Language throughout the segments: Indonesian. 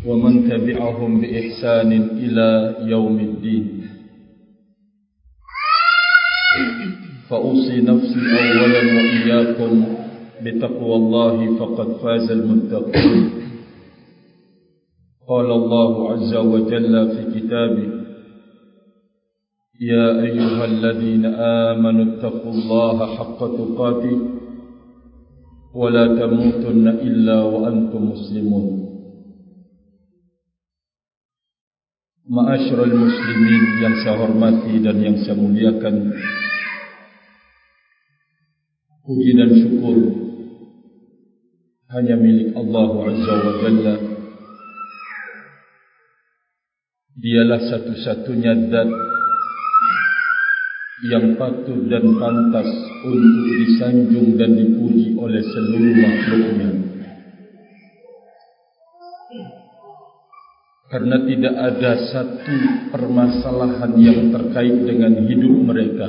ومن تبعهم بإحسان إلى يوم الدين. فأوصي نفسي أولا وإياكم بتقوى الله فقد فاز المتقون. قال الله عز وجل في كتابه: يا أيها الذين آمنوا اتقوا الله حق تقاته ولا تموتن إلا وأنتم مسلمون. Ma'asyiral muslimin yang saya hormati dan yang saya muliakan, puji dan syukur hanya milik Allah Azza wa Jalla. Dialah satu-satunya zat yang patut dan pantas untuk disanjung dan dipuji oleh seluruh makhluknya. Karena tidak ada satu permasalahan yang terkait dengan hidup mereka,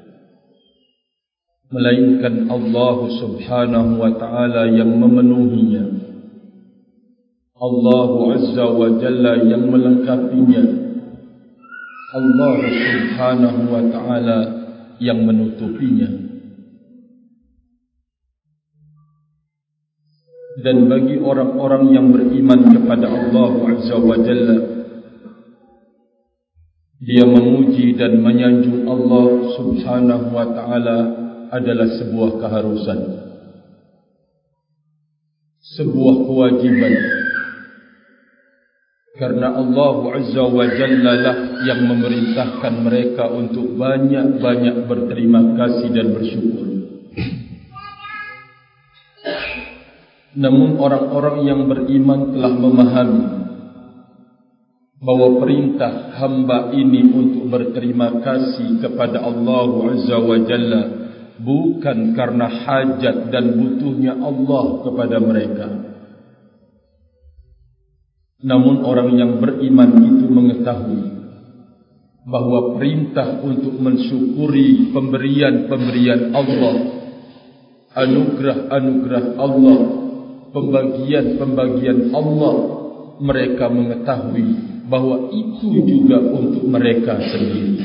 melainkan Allah Subhanahu wa ta'ala yang memenuhinya, Allah Azza wa Jalla yang melengkapinya, Allah Subhanahu wa ta'ala yang menutupinya. Dan bagi orang-orang yang beriman kepada Allah Azza wa Jalla, dia memuji dan menyanjung Allah Subhanahu wa ta'ala adalah sebuah keharusan, sebuah kewajiban. Karena Allah Azza wa Jalla lah yang memerintahkan mereka untuk banyak-banyak berterima kasih dan bersyukur. Namun orang-orang yang beriman telah memahami bahwa perintah hamba ini untuk berterima kasih kepada Allah Azza wa Jalla bukan karena hajat dan butuhnya Allah kepada mereka. Namun orang yang beriman itu mengetahui bahwa perintah untuk mensyukuri pemberian-pemberian Allah, anugerah-anugerah Allah, pembagian-pembagian Allah, mereka mengetahui bahwa itu juga untuk mereka sendiri.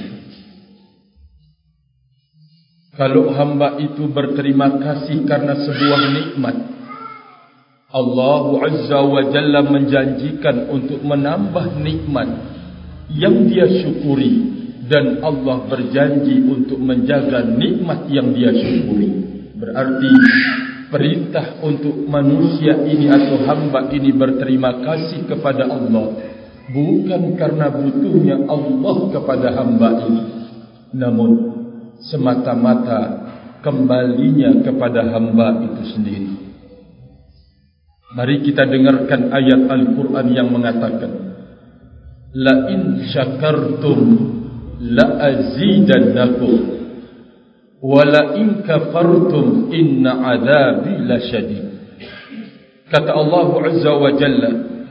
Kalau hamba itu berterima kasih karena sebuah nikmat, Allah Azza wa Jalla menjanjikan untuk menambah nikmat yang dia syukuri, dan Allah berjanji untuk menjaga nikmat yang dia syukuri. Berarti perintah untuk manusia ini atau hamba ini berterima kasih kepada Allah bukan karena butuhnya Allah kepada hamba ini, namun semata-mata kembalinya kepada hamba itu sendiri. Mari kita dengarkan ayat Al-Quran yang mengatakan, La in syakartum la azidannakum wala in kafartum inna adzabi lasyadid. Kata Allah Azza wa Jalla,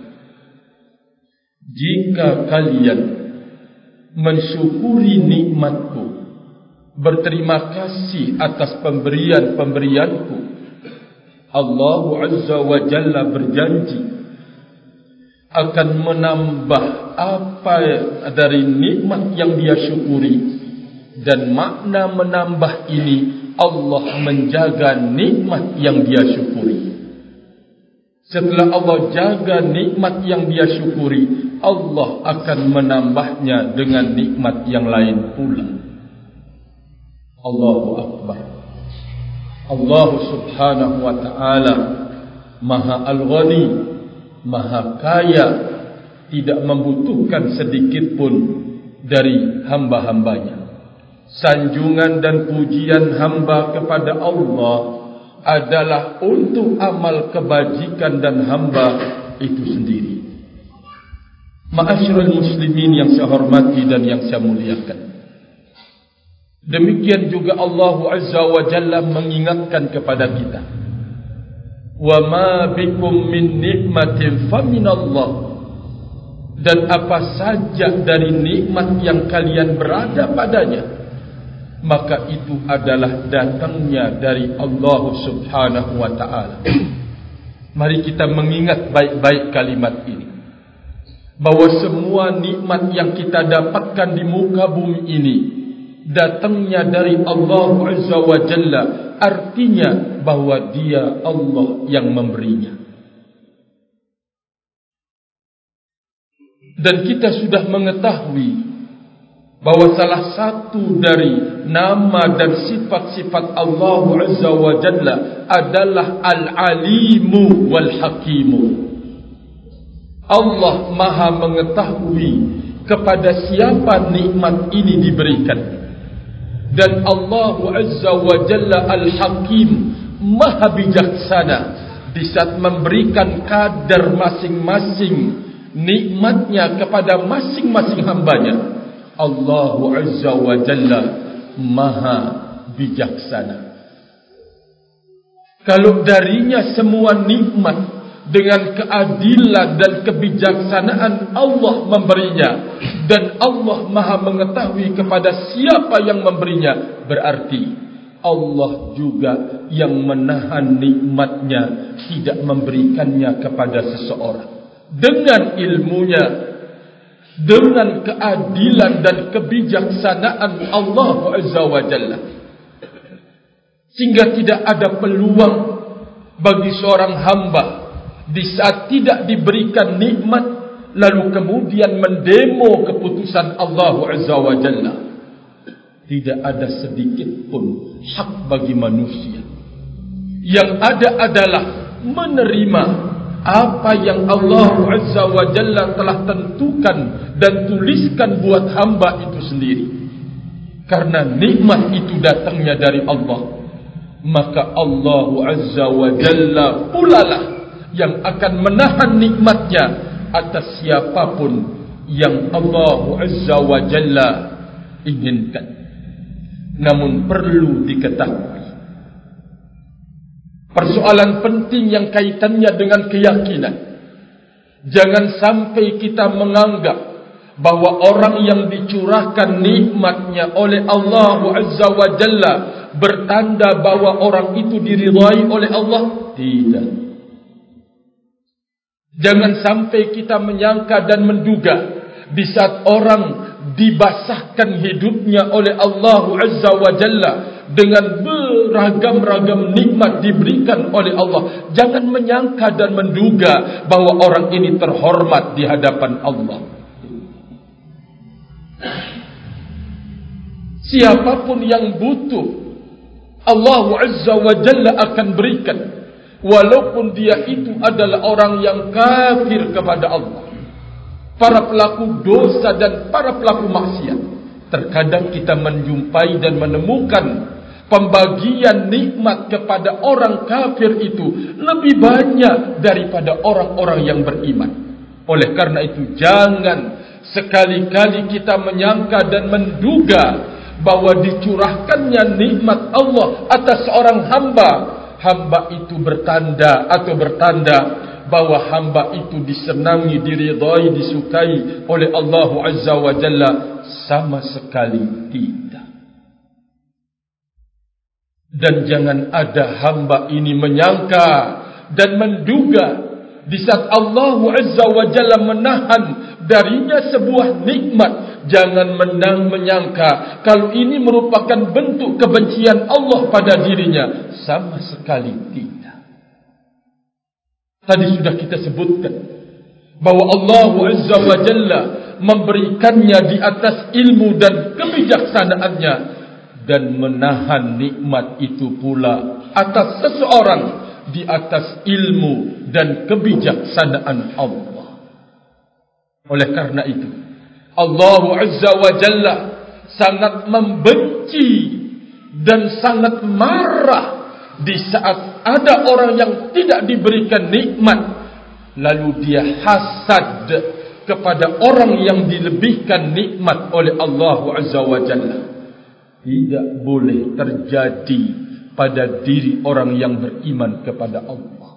jika kalian mensyukuri nikmatku, berterima kasih atas pemberian-pemberianku, Allah Azza wa Jalla berjanji akan menambah apa dari nikmat yang dia syukuri. Dan makna menambah ini, Allah menjaga nikmat yang dia syukuri. Setelah Allah jaga nikmat yang dia syukuri, Allah akan menambahnya dengan nikmat yang lain pula. Allahu Akbar. Allah Subhanahu wa ta'ala Maha Al-Ghani, Maha Kaya, tidak membutuhkan sedikit pun dari hamba-hambanya. Sanjungan dan pujian hamba kepada Allah adalah untuk amal kebajikan dan hamba itu sendiri. Ma'asyiral muslimin yang saya hormati dan yang saya muliakan, demikian juga Allah Azza wa Jalla mengingatkan kepada kita, wa ma bikum min ni'matin faminallah, dan apa saja dari nikmat yang kalian berada padanya, maka itu adalah datangnya dari Allah Subhanahu wa ta'ala. Mari kita mengingat baik-baik kalimat ini. bahwa semua nikmat yang kita dapatkan di muka bumi ini datangnya dari Allah Azza wa Jalla, artinya bahwa Dia Allah yang memberinya. Dan kita sudah mengetahui bahwa salah satu dari nama dan sifat-sifat Allah Azza wa Jalla adalah Al-Alimu Wal-Hakimu. Allah Maha mengetahui kepada siapa nikmat ini diberikan. Dan Allah Azza wa Jalla Al-Hakim, Maha bijaksana di saat memberikan kadar masing-masing nikmatnya kepada masing-masing hambanya. Allah Azza wa Jalla Maha bijaksana. Kalau darinya semua nikmat dengan keadilan dan kebijaksanaan Allah memberinya, dan Allah Maha mengetahui kepada siapa yang memberinya, berarti Allah juga yang menahan nikmatnya, tidak memberikannya kepada seseorang. Dengan ilmunya, dengan keadilan dan kebijaksanaan Allah Azza wa Jalla, sehingga tidak ada peluang bagi seorang hamba di saat tidak diberikan nikmat lalu kemudian mendemo keputusan Allah Azza wa Jalla. Tidak ada sedikit pun hak bagi manusia. Yang ada adalah menerima apa yang Allah Azza wa Jalla telah tentukan dan tuliskan buat hamba itu sendiri. Karena nikmat itu datangnya dari Allah, maka Allah Azza wa Jalla pula lah yang akan menahan nikmatnya atas siapapun yang Allah Azza wa Jalla inginkan. Namun perlu diketahui, persoalan penting yang kaitannya dengan keyakinan. Jangan sampai kita menganggap bahwa orang yang dicurahkan nikmatnya oleh Allah Azza wa Jalla bertanda bahwa orang itu diridhai oleh Allah. Tidak. Jangan sampai kita menyangka dan menduga di saat orang dibasahkan hidupnya oleh Allah Azza wa Jalla dengan beragam-ragam nikmat diberikan oleh Allah, jangan menyangka dan menduga bahwa orang ini terhormat di hadapan Allah. Siapapun yang butuh, Allah Azza wa Jalla akan berikan, walaupun dia itu adalah orang yang kafir kepada Allah, para pelaku dosa dan para pelaku maksiat. Terkadang kita menjumpai dan menemukan pembagian nikmat kepada orang kafir itu lebih banyak daripada orang-orang yang beriman. Oleh karena itu, jangan sekali-kali kita menyangka dan menduga bahwa dicurahkannya nikmat Allah atas seorang hamba itu bertanda bahwa hamba itu disenangi, diridai, disukai oleh Allah Azza wa Jalla. Sama sekali tidak. Dan jangan ada hamba ini menyangka dan menduga di saat Allah Azza wa Jalla menahan darinya sebuah nikmat, jangan menyangka kalau ini merupakan bentuk kebencian Allah pada dirinya. Sama sekali tidak. Tadi sudah kita sebutkan bahwa Allah Azza wa Jalla memberikannya di atas ilmu dan kebijaksanaannya, dan menahan nikmat itu pula atas seseorang di atas ilmu dan kebijaksanaan Allah. Oleh karena itu, Allah Azza wa Jalla sangat membenci dan sangat marah di saat ada orang yang tidak diberikan nikmat lalu dia hasad kepada orang yang dilebihkan nikmat oleh Allah Azza wa Jalla. Tidak boleh terjadi pada diri orang yang beriman kepada Allah.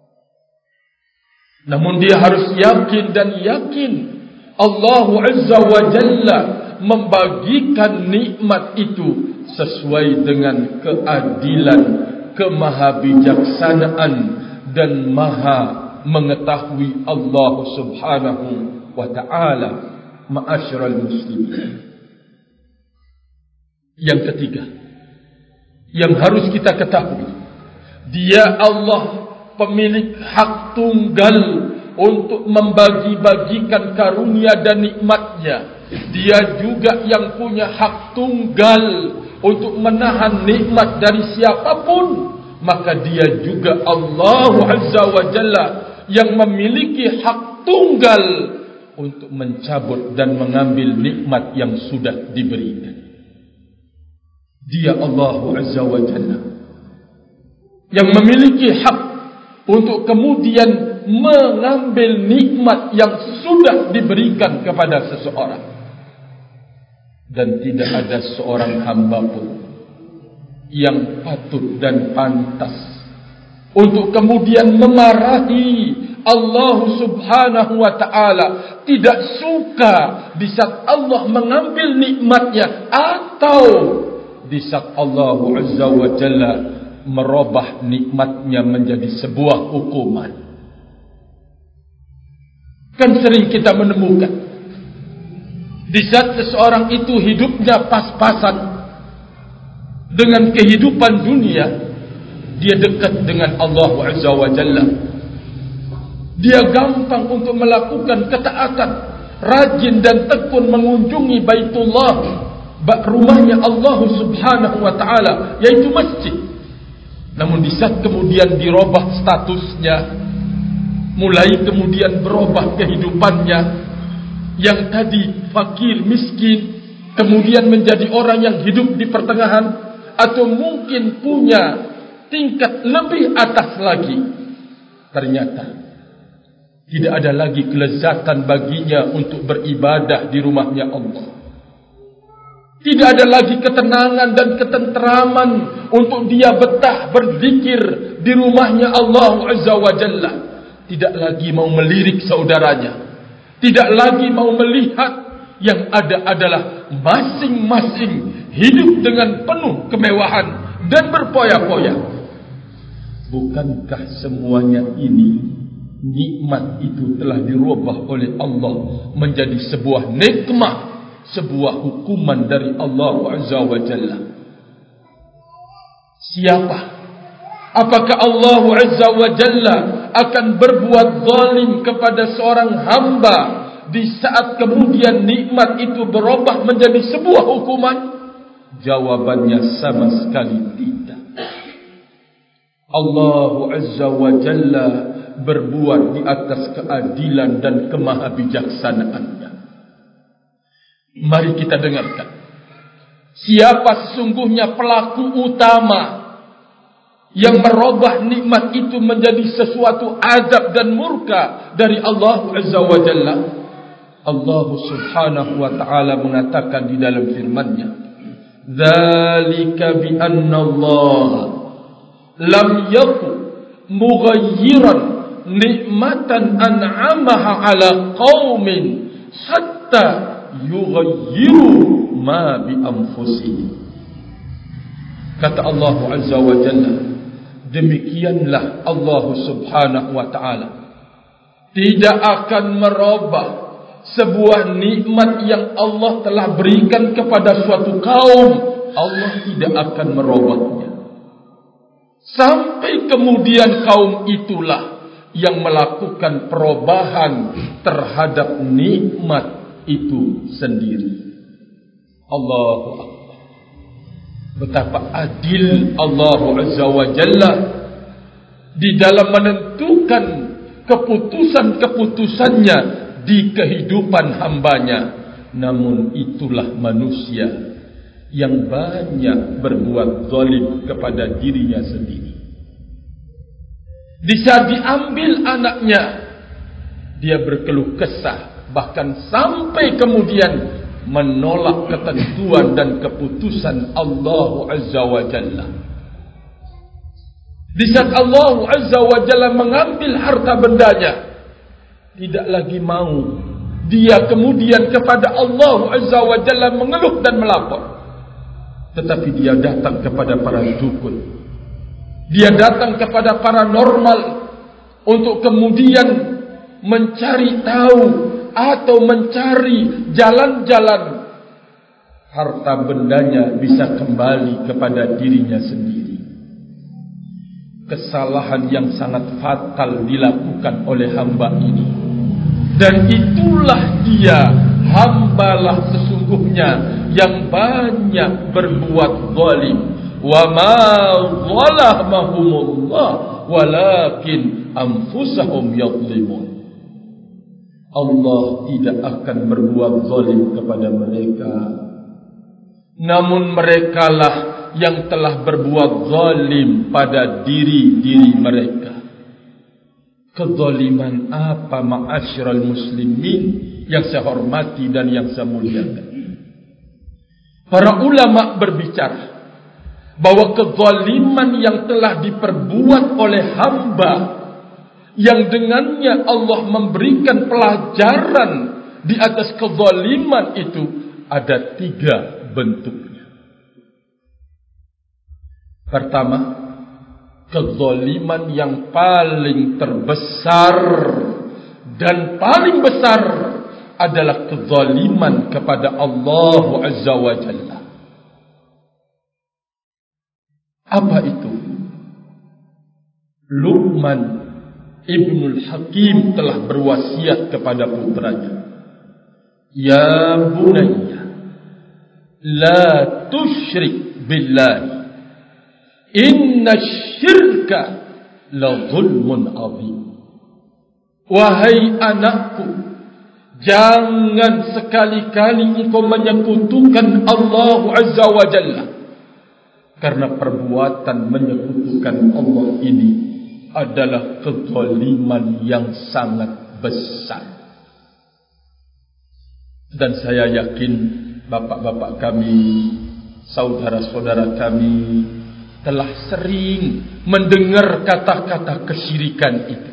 Namun dia harus yakin Allah Azza wa Jalla membagikan nikmat itu sesuai dengan keadilan, kemahabijaksanaan dan maha mengetahui Allah Subhanahu wa ta'ala. Ma'asyiral muslimin. Yang ketiga, yang harus kita ketahui, Dia Allah pemilik hak tunggal untuk membagi-bagikan karunia dan nikmatnya. Dia juga yang punya hak tunggal untuk menahan nikmat dari siapapun. Maka dia juga Allah Azza wa Jalla yang memiliki hak tunggal untuk mencabut dan mengambil nikmat yang sudah diberikan. Dia Allah Azza wa Jalla yang memiliki hak untuk kemudian mengambil nikmat yang sudah diberikan kepada seseorang. Dan tidak ada seorang hamba pun yang patut dan pantas untuk kemudian memarahi Allah Subhanahu wa ta'ala, tidak suka di saat Allah mengambil nikmatnya, atau di saat Allah Azza wa Jalla merubah nikmatnya menjadi sebuah hukuman. Kan sering kita menemukan di saat seseorang itu hidupnya pas-pasan dengan kehidupan dunia, dia dekat dengan Allah Azza wa Jalla. Dia gampang untuk melakukan ketaatan, rajin dan tekun mengunjungi Baitullah, rumahnya Allah Subhanahu wa ta'ala, yaitu masjid. Namun di saat kemudian dirubah statusnya, mulai kemudian berubah kehidupannya, yang tadi fakir miskin kemudian menjadi orang yang hidup di pertengahan, atau mungkin punya tingkat lebih atas lagi. Ternyata tidak ada lagi kelezatan baginya untuk beribadah di rumahnya Allah. Tidak ada lagi ketenangan dan ketenteraman untuk dia betah berzikir di rumahnya Allah Azza wa Jalla. Tidak lagi mau melirik saudaranya, tidak lagi mau melihat. Yang ada adalah masing-masing hidup dengan penuh kemewahan dan berpoya-poya. Bukankah semuanya ini, nikmat itu telah dirubah oleh Allah menjadi sebuah nikmat, sebuah hukuman dari Allah Azza wa Jalla? Siapa? Apakah Allah Azza wa Jalla akan berbuat zalim kepada seorang hamba di saat kemudian nikmat itu berubah menjadi sebuah hukuman? Jawabannya sama sekali tidak. Allah Azza wa Jalla berbuat di atas keadilan dan kemahabijaksanaannya. Mari kita dengarkan siapa sesungguhnya pelaku utama yang merubah nikmat itu menjadi sesuatu azab dan murka dari Allah Azza wa Jalla. Allah Subhanahu wa ta'ala mengatakan di dalam firman-Nya, "Dzalika bi anna Allah lam yakun mughayyiran nikmatan an'amaha 'ala qaumin hatta yughayyiru ma bi anfusihim." Kata Allah Azza wa Jalla, demikianlah Allah Subhanahu wa ta'ala tidak akan merubah sebuah nikmat yang Allah telah berikan kepada suatu kaum. Allah tidak akan merubahnya sampai kemudian kaum itulah yang melakukan perubahan terhadap nikmat itu sendiri. Allahu Akbar. Betapa adil Allah Azza wa Jalla di dalam menentukan keputusan-keputusannya di kehidupan hambanya. Namun itulah manusia yang banyak berbuat zalim kepada dirinya sendiri. Di saat diambil anaknya, dia berkeluh kesah, bahkan sampai kemudian menolak ketentuan dan keputusan Allah Azza wa Jalla. Di saat Allah Azza wa Jalla mengambil harta bendanya, tidak lagi mau dia kemudian kepada Allah Azza wa Jalla mengeluh dan melapor, tetapi dia datang kepada para dukun, dia datang kepada paranormal untuk kemudian mencari tahu atau mencari jalan-jalan harta bendanya bisa kembali kepada dirinya sendiri. Kesalahan yang sangat fatal dilakukan oleh hamba ini. Dan itulah dia, hambalah sesungguhnya yang banyak berbuat zalim. Wa ma zalamahumullah walakin anfusahum yadhlimun. Allah tidak akan berbuat zalim kepada mereka, namun merekalah yang telah berbuat zalim pada diri-diri mereka. Kezaliman apa ma'asyiral muslimin yang saya hormati dan yang saya muliakan? Para ulama berbicara bahwa kezaliman yang telah diperbuat oleh hamba, yang dengannya Allah memberikan pelajaran di atas kezaliman itu, ada 3 bentuknya. Pertama, kezaliman yang paling terbesar dan paling besar adalah kezaliman kepada Allah Azza wa Jalla. Apa itu? Luqman Ibnul Hakim telah berwasiat kepada putranya, ya bunayya, la tusyrik billahi, inna syirka la zulmun azim. Wahai anakku, jangan sekali-kali engkau menyekutukan Allah Azza wa Jalla, karena perbuatan menyekutukan Allah ini adalah kezaliman yang sangat besar. Dan saya yakin bapak-bapak kami, saudara-saudara kami telah sering mendengar kata-kata kesyirikan itu.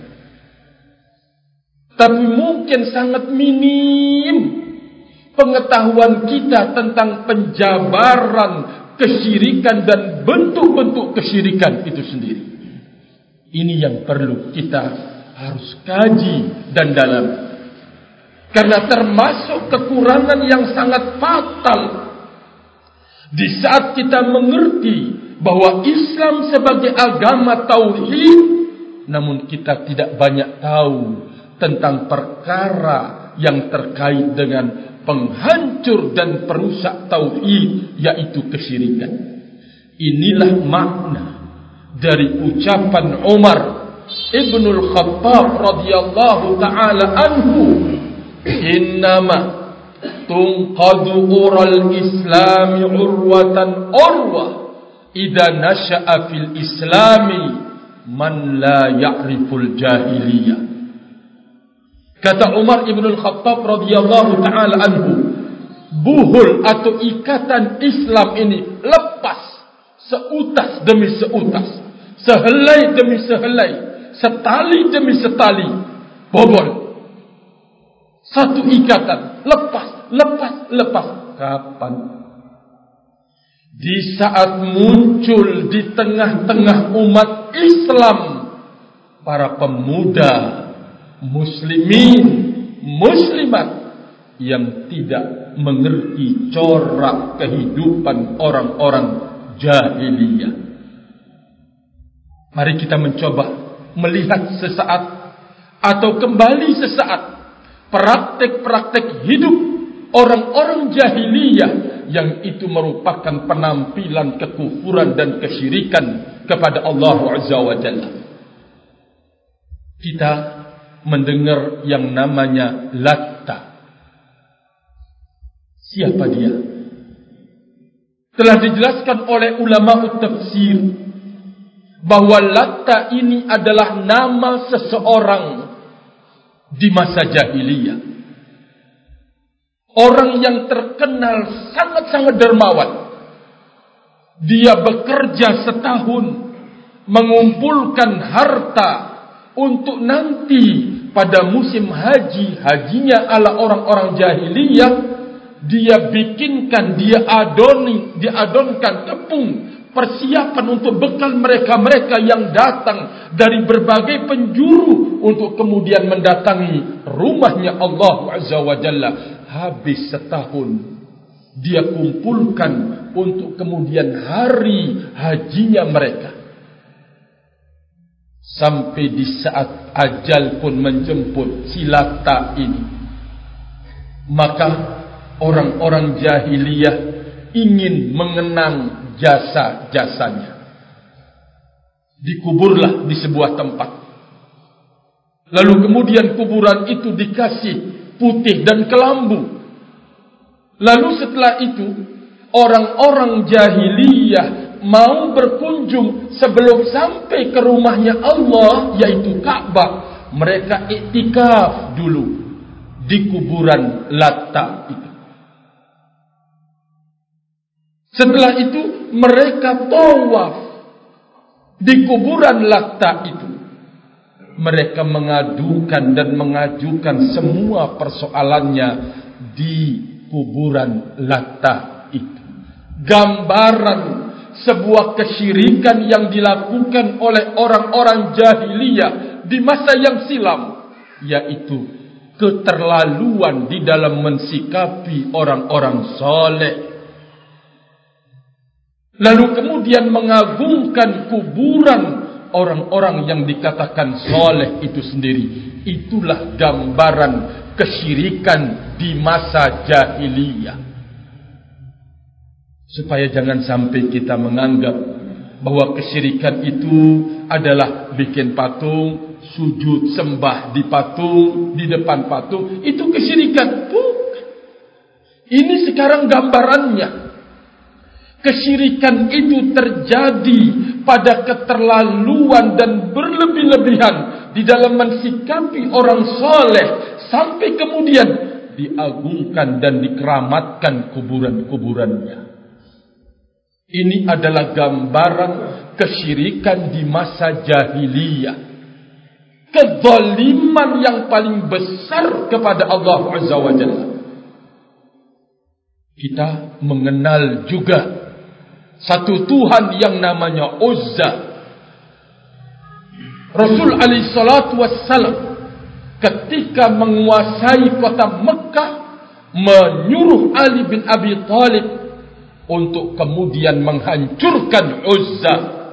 Tapi mungkin sangat minim pengetahuan kita tentang penjabaran kesyirikan dan bentuk-bentuk kesyirikan itu sendiri. Ini yang perlu kita harus kaji dan dalam. Karena termasuk kekurangan yang sangat fatal di saat kita mengerti bahwa Islam sebagai agama tauhid, namun kita tidak banyak tahu tentang perkara yang terkait dengan penghancur dan perusak tauhid, yaitu kesyirikan. Inilah makna dari ucapan Umar Ibnul Khattab radhiyallahu taala anhu, innama tunqadu ural islami urwatan urwa idza nasha'a fil islami man la ya'riful jahiliyah. Kata Umar Ibnul Khattab radhiyallahu taala anhu, buhul atau ikatan Islam ini lepas seutas demi seutas, sehelai demi sehelai, setali demi setali, bobol. Satu ikatan lepas. Kapan? Di saat muncul di tengah-tengah umat Islam para pemuda muslimin, muslimat yang tidak mengerti corak kehidupan orang-orang jahiliyah. Mari kita mencoba melihat sesaat atau kembali sesaat praktek-praktek hidup orang-orang jahiliyah yang itu merupakan penampilan kekufuran dan kesyirikan kepada Allah Azza wa Jalla. Kita mendengar yang namanya Latta. Siapa dia? Telah dijelaskan oleh ulama tafsir bahwa Latta ini adalah nama seseorang di masa jahiliyah. Orang yang terkenal sangat-sangat dermawan. Dia bekerja setahun mengumpulkan harta untuk nanti pada musim haji, hajinya ala orang-orang jahiliyah, dia bikinkan, dia adonkan tepung persiapan untuk bekal mereka-mereka yang datang dari berbagai penjuru untuk kemudian mendatangi rumahnya Allah Azza wa Jalla. Habis setahun dia kumpulkan untuk kemudian hari hajinya mereka. Sampai di saat ajal pun menjemput si Latta ini, maka orang-orang jahiliyah ingin mengenang jasa-jasanya. Dikuburlah di sebuah tempat. Lalu kemudian kuburan itu dikasih putih dan kelambu. Lalu setelah itu orang-orang jahiliyah mau berkunjung sebelum sampai ke rumahnya Allah, yaitu Ka'bah. Mereka iktikaf dulu di kuburan Latta itu. Setelah itu mereka tawaf di kuburan Latta itu. Mereka mengadukan dan mengajukan semua persoalannya di kuburan Latta itu. Gambaran sebuah kesyirikan yang dilakukan oleh orang-orang jahiliyah di masa yang silam, yaitu keterlaluan di dalam mensikapi orang-orang soleh. Lalu kemudian mengagungkan kuburan orang-orang yang dikatakan soleh itu sendiri. Itulah gambaran kesyirikan di masa jahiliyah. Supaya jangan sampai kita menganggap bahwa kesyirikan itu adalah bikin patung, sujud sembah di patung, di depan patung. Itu kesyirikan. Bukan. Ini sekarang gambarannya. Kesyirikan itu terjadi pada keterlaluan dan berlebih-lebihan di dalam mensikapi orang soleh, sampai kemudian diagungkan dan dikeramatkan kuburan-kuburannya. Ini adalah gambaran kesyirikan di masa jahiliyah. Kezaliman yang paling besar kepada Allah Azza wa Jalla. Kita mengenal juga satu Tuhan yang namanya Uzza. Rasul alaihi salatu wassalam ketika menguasai kota Mekah menyuruh Ali bin Abi Thalib untuk kemudian menghancurkan Uzza.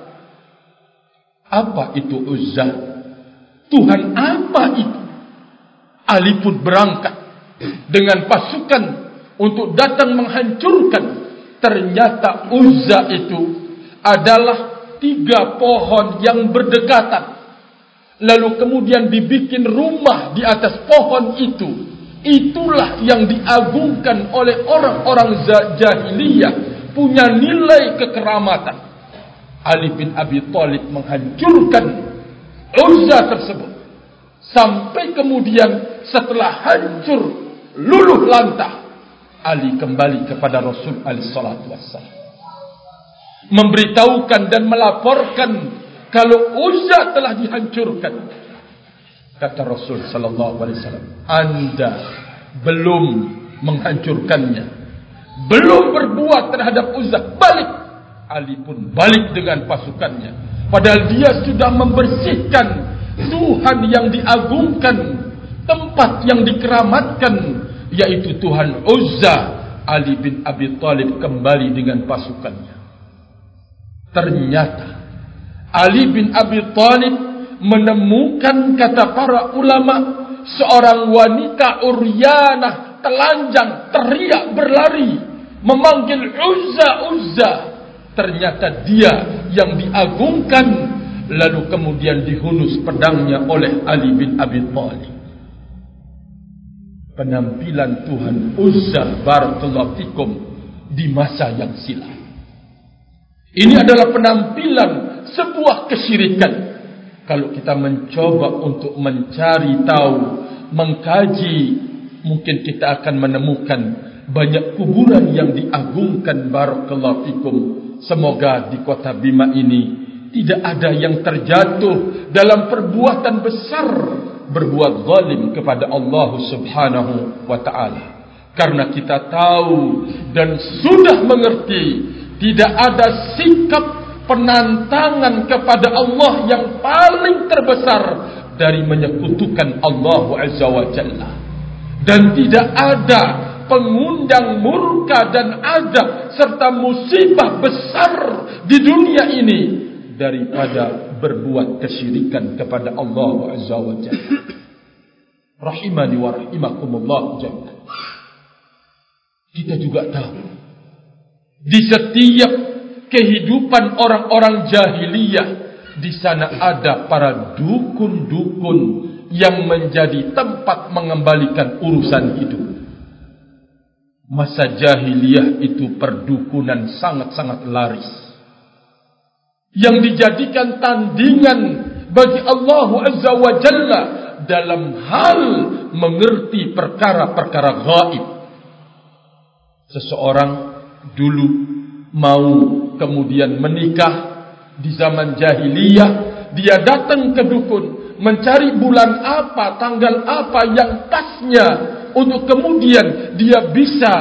Apa itu Uzza? Tuhan apa itu? Ali pun berangkat dengan pasukan untuk datang menghancurkan. Ternyata Uzza itu adalah 3 pohon yang berdekatan. Lalu kemudian dibikin rumah di atas pohon itu. Itulah yang diagungkan oleh orang-orang jahiliyah, punya nilai kekeramatan. Ali bin Abi Thalib menghancurkan Uzza tersebut. Sampai kemudian setelah hancur luluh lantah, Ali kembali kepada Rasul alaihi salatu wassalam, memberitahukan dan melaporkan kalau Uzza telah dihancurkan. Kata Rasul sallallahu alaihi wasallam, Anda belum menghancurkannya, belum berbuat terhadap Uzza, balik. Ali pun balik dengan pasukannya, padahal dia sudah membersihkan Tuhan yang diagungkan, tempat yang dikeramatkan, yaitu Tuhan Uzza. Ali bin Abi Thalib kembali dengan pasukannya. Ternyata Ali bin Abi Thalib menemukan, kata para ulama, seorang wanita uryanah, telanjang, teriak berlari, memanggil Uzza, Uzza. Ternyata dia yang diagungkan. Lalu kemudian dihunus pedangnya oleh Ali bin Abi Thalib. Penampilan Tuhan Uzza barakallahu fikum di masa yang silam. Ini adalah penampilan sebuah kesyirikan. Kalau kita mencoba untuk mencari tahu, mengkaji, mungkin kita akan menemukan banyak kuburan yang diagungkan barakallahu fikum. Semoga di kota Bima ini tidak ada yang terjatuh dalam perbuatan besar, berbuat zalim kepada Allah Subhanahu wa ta'ala. Karena kita tahu dan sudah mengerti tidak ada sikap penantangan kepada Allah yang paling terbesar dari menyekutukan Allah Azza wa Jalla. Dan tidak ada pengundang murka dan adab serta musibah besar di dunia ini daripada berbuat kesyirikan kepada Allah Azza wa Jalla. Rahimani wa rahimakumullah jami'an. Kita juga tahu di setiap kehidupan orang-orang jahiliyah, di sana ada para dukun-dukun yang menjadi tempat mengembalikan urusan hidup. Masa jahiliyah itu perdukunan sangat-sangat laris, yang dijadikan tandingan bagi Allah Azza wa Jalla dalam hal mengerti perkara-perkara gaib. Seseorang dulu mau kemudian menikah di zaman jahiliyah, dia datang ke dukun mencari bulan apa, tanggal apa yang pasnya untuk kemudian dia bisa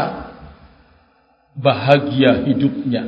bahagia hidupnya.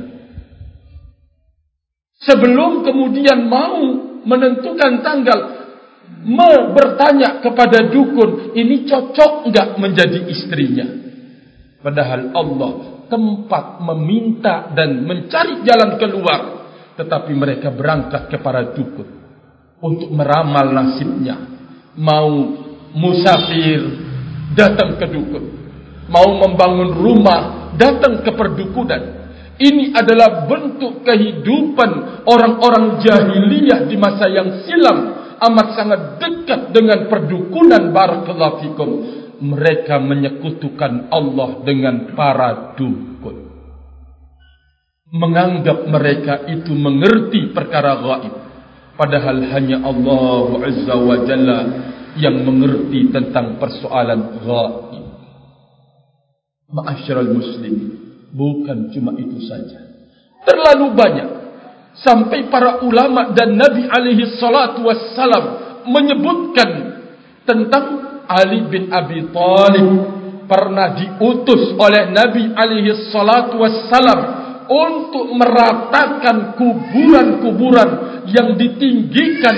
Sebelum kemudian mau menentukan tanggal, bertanya kepada dukun, ini cocok enggak menjadi istrinya? Padahal Allah tempat meminta dan mencari jalan keluar, tetapi mereka berangkat kepada dukun untuk meramal nasibnya. Mau musafir, datang ke dukun. Mau membangun rumah, datang ke perdukunan. Ini adalah bentuk kehidupan orang-orang jahiliyah di masa yang silam, amat sangat dekat dengan perdukunan. Barakallahu fikum. Mereka menyekutukan Allah dengan para dukun, menganggap mereka itu mengerti perkara gaib, padahal hanya Allah Azza wa Jalla yang mengerti tentang persoalan gaib. Ma'asyiral muslimin, bukan cuma itu saja, terlalu banyak sampai para ulama dan Nabi alaihi salatu wassalam menyebutkan tentang Ali bin Abi Thalib pernah diutus oleh Nabi alaihi salatu wassalam untuk meratakan kuburan-kuburan yang ditinggikan.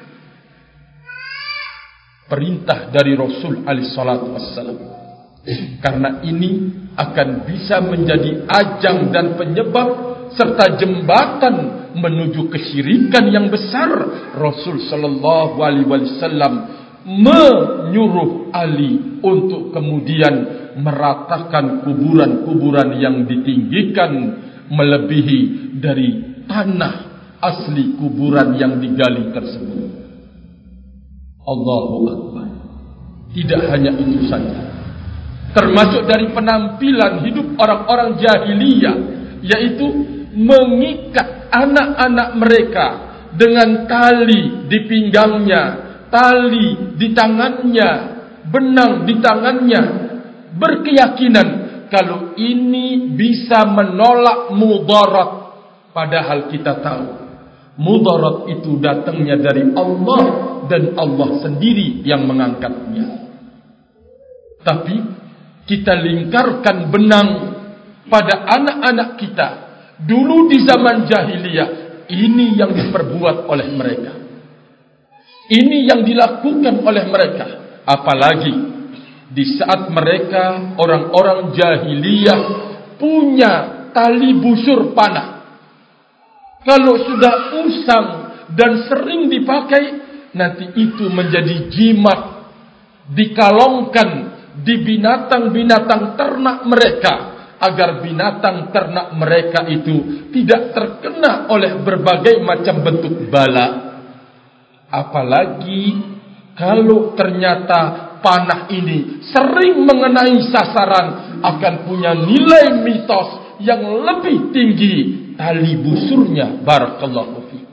Perintah dari Rasul alaihi salatu wassalam. Karena ini akan bisa menjadi ajang dan penyebab serta jembatan menuju kesyirikan yang besar. Rasul sallallahu alaihi wasallam menyuruh Ali untuk kemudian meratakan kuburan-kuburan yang ditinggikan melebihi dari tanah asli kuburan yang digali tersebut. Allahu Akbar. Tidak hanya itu saja, termasuk dari penampilan hidup orang-orang jahiliyah, yaitu mengikat anak-anak mereka dengan tali di pinggangnya, tali di tangannya, benang di tangannya, berkeyakinan kalau ini bisa menolak mudarat. Padahal kita tahu mudarat itu datangnya dari Allah dan Allah sendiri yang mengangkatnya. Tapi kita lingkarkan benang pada anak-anak kita dulu di zaman jahiliyah. Ini yang diperbuat oleh mereka, ini yang dilakukan oleh mereka. Apalagi di saat mereka orang-orang jahiliyah punya tali busur panah. Kalau sudah usang dan sering dipakai, nanti itu menjadi jimat, dikalongkan di binatang-binatang ternak mereka, agar binatang ternak mereka itu tidak terkena oleh berbagai macam bentuk bala. Apalagi kalau ternyata panah ini sering mengenai sasaran, akan punya nilai mitos yang lebih tinggi tali busurnya. Barakallahu fiik.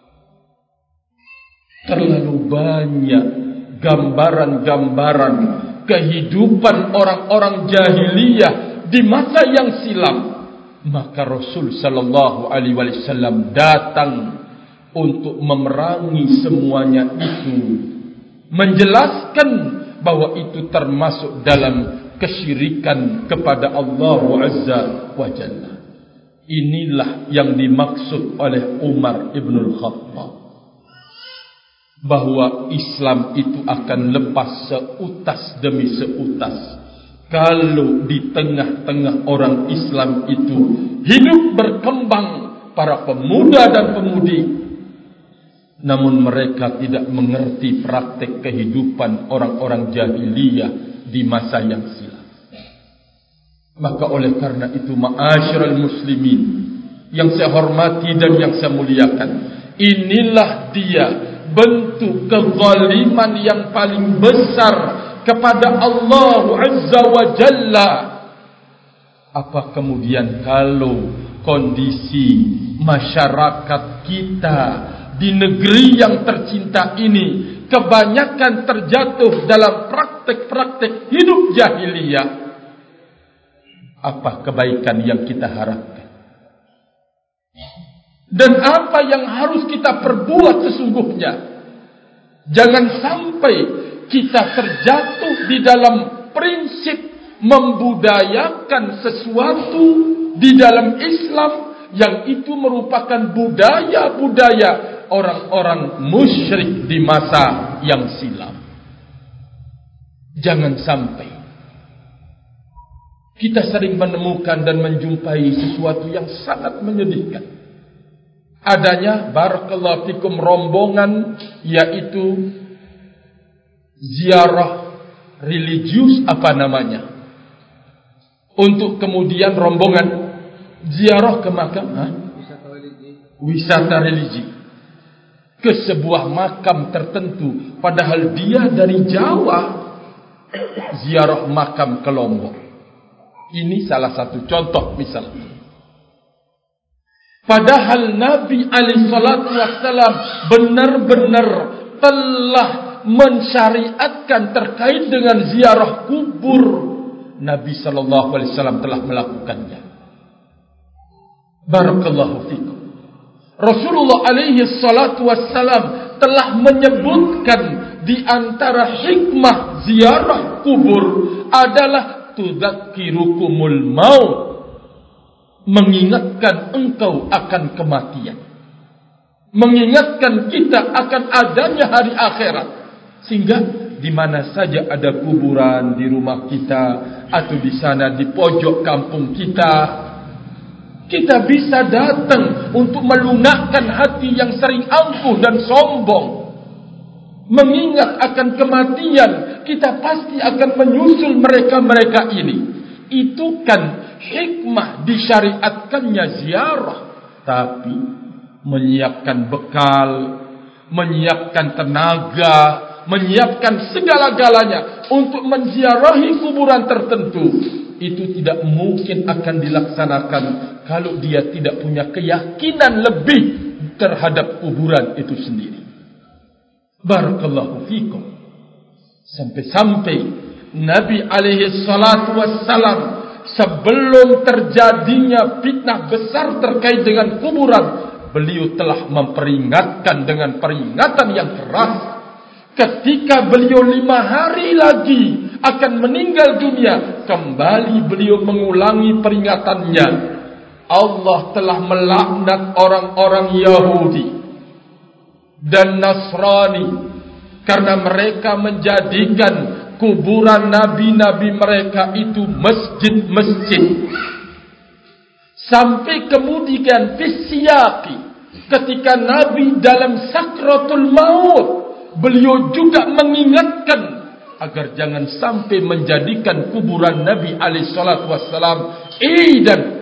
Terlalu banyak gambaran-gambaran kehidupan orang-orang jahiliyah di masa yang silam. Maka Rasul sallallahu alaihi wasallam datang untuk memerangi semuanya itu, menjelaskan bahwa itu termasuk dalam kesyirikan kepada Allah Azza wa Jalla. Inilah yang dimaksud oleh Umar Ibnul Khattab, bahwa Islam itu akan lepas seutas demi seutas kalau di tengah-tengah orang Islam itu hidup berkembang para pemuda dan pemudi, namun mereka tidak mengerti praktek kehidupan orang-orang jahiliyah di masa yang silam. Maka oleh karena itu, ma'asyiral muslimin yang saya hormati dan yang saya muliakan, inilah dia bentuk kezaliman yang paling besar kepada Allah Azza wa Jalla. Apa kemudian kalau kondisi masyarakat kita di negeri yang tercinta ini kebanyakan terjatuh dalam praktek-praktek hidup jahiliyah, apa kebaikan yang kita harapkan? Dan apa yang harus kita perbuat sesungguhnya? Jangan sampai kita terjatuh di dalam prinsip membudayakan sesuatu di dalam Islam yang itu merupakan budaya-budaya orang-orang musyrik di masa yang silam. Jangan sampai kita sering menemukan dan menjumpai sesuatu yang sangat menyedihkan. Adanya, barakallahu fikum, rombongan, yaitu ziarah religius, apa namanya, untuk kemudian rombongan ziarah ke makam, wisata religi, ke sebuah makam tertentu, padahal dia dari Jawa, ziarah makam ke Lombok. Ini salah satu contoh misalnya. Padahal Nabi SAW benar-benar telah mensyariatkan terkait dengan ziarah kubur. Nabi SAW telah melakukannya. Barakallahu fikum. Rasulullah SAW telah menyebutkan di antara hikmah ziarah kubur adalah tudzakirukumul maut, mengingatkan engkau akan kematian, mengingatkan kita akan adanya hari akhirat, sehingga di mana saja ada kuburan di rumah kita atau di sana di pojok kampung kita, kita bisa datang untuk melunakkan hati yang sering angkuh dan sombong. Mengingat akan kematian, kita pasti akan menyusul mereka-mereka ini. Itu kan hikmah disyariatkannya ziarah. Tapi menyiapkan bekal, menyiapkan tenaga, menyiapkan segala-galanya untuk menziarahi kuburan tertentu, itu tidak mungkin akan dilaksanakan kalau dia tidak punya keyakinan lebih terhadap kuburan itu sendiri. Barakallahu fikum. Sampai-sampai Nabi alaihi salatu wassalam, sebelum terjadinya fitnah besar terkait dengan kuburan, beliau telah memperingatkan dengan peringatan yang keras. Ketika beliau 5 hari lagi akan meninggal dunia, kembali beliau mengulangi peringatannya. Allah telah melaknat orang-orang Yahudi dan Nasrani karena mereka menjadikan kuburan nabi-nabi mereka itu masjid-masjid. Sampai kemudian fisyaqi, ketika Nabi dalam sakratul maut, beliau juga mengingatkan agar jangan sampai menjadikan kuburan Nabi alaihi salatu wassalam idan.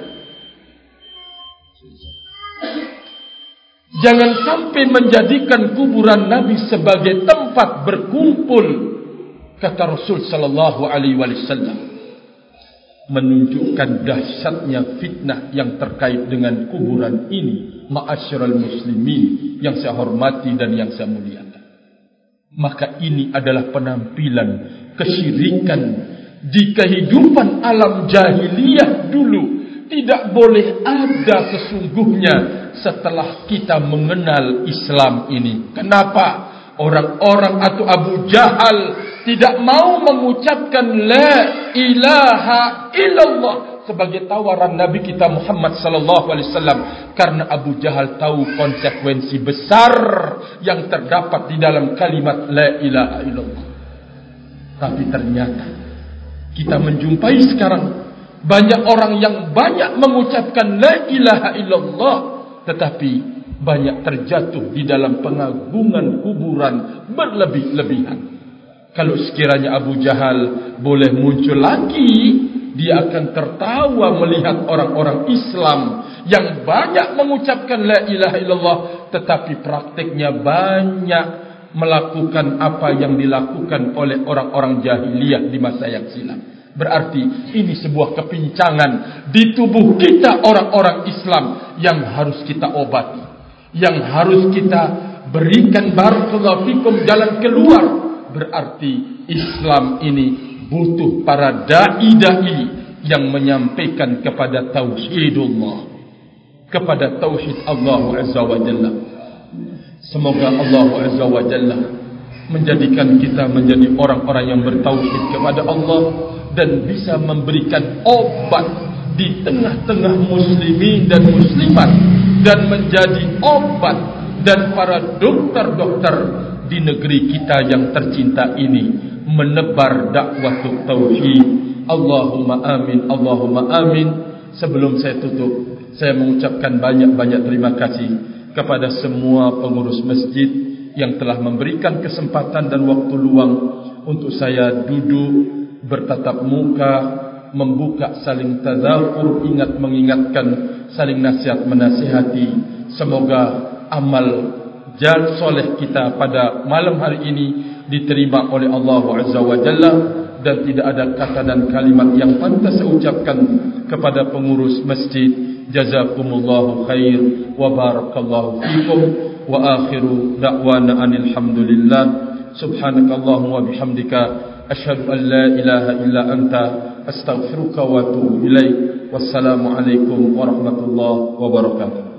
Jangan sampai menjadikan kuburan Nabi sebagai tempat berkumpul, kata Rasul sallallahu alaihi wasallam, menunjukkan dahsyatnya fitnah yang terkait dengan kuburan ini. Ma'asyiral muslimin yang saya hormati dan yang saya muliakan, maka ini adalah penampilan kesyirikan di kehidupan alam jahiliyah dulu. Tidak boleh ada sesungguhnya setelah kita mengenal Islam ini. Kenapa? Orang-orang atau Abu Jahal tidak mau mengucapkan la ilaha illallah sebagai tawaran Nabi kita Muhammad sallallahu alaihi wasallam, karena Abu Jahal tahu konsekuensi besar yang terdapat di dalam kalimat la ilaha illallah. Tapi ternyata kita menjumpai sekarang banyak orang yang banyak mengucapkan la ilaha illallah, tetapi banyak terjatuh di dalam pengagungan kuburan berlebih-lebihan. Kalau sekiranya Abu Jahal boleh muncul lagi, dia akan tertawa melihat orang-orang Islam yang banyak mengucapkan la ilaha illallah, tetapi praktiknya banyak melakukan apa yang dilakukan oleh orang-orang jahiliyah di masa yang silam. Berarti ini sebuah kepincangan di tubuh kita orang-orang Islam yang harus kita obati, yang harus kita berikan barakallahu fikum jalan keluar. Berarti Islam ini butuh para da'i-da'i yang menyampaikan kepada tauhidullah, kepada tauhid Allah Azza wa Jalla. Semoga Allah Azza wa Jalla menjadikan kita menjadi orang-orang yang bertauhid kepada Allah dan bisa memberikan obat di tengah-tengah muslimin dan muslimat, dan menjadi obat dan para dokter-dokter di negeri kita yang tercinta ini menebar dakwah tauhid. Allahumma amin, Allahumma amin. Sebelum saya tutup, saya mengucapkan banyak-banyak terima kasih kepada semua pengurus masjid yang telah memberikan kesempatan dan waktu luang untuk saya duduk bertatap muka, membuka saling tadzakur, ingat mengingatkan, saling nasihat menasihati. Semoga amal jalan soleh kita pada malam hari ini diterima oleh Allah Azza wa Jalla, dan tidak ada kata dan kalimat yang pantas saya ucapkan kepada pengurus masjid. Jazakumullahu khair wa barakallahu fikum wa akhiru da'wana anil hamdulillah. Subhanakallahumma wa bihamdika asyhadu an la ilaha illa anta astaghfiruka wa atubu ilaik. Wassalamu alaikum warahmatullahi wabarakatuh.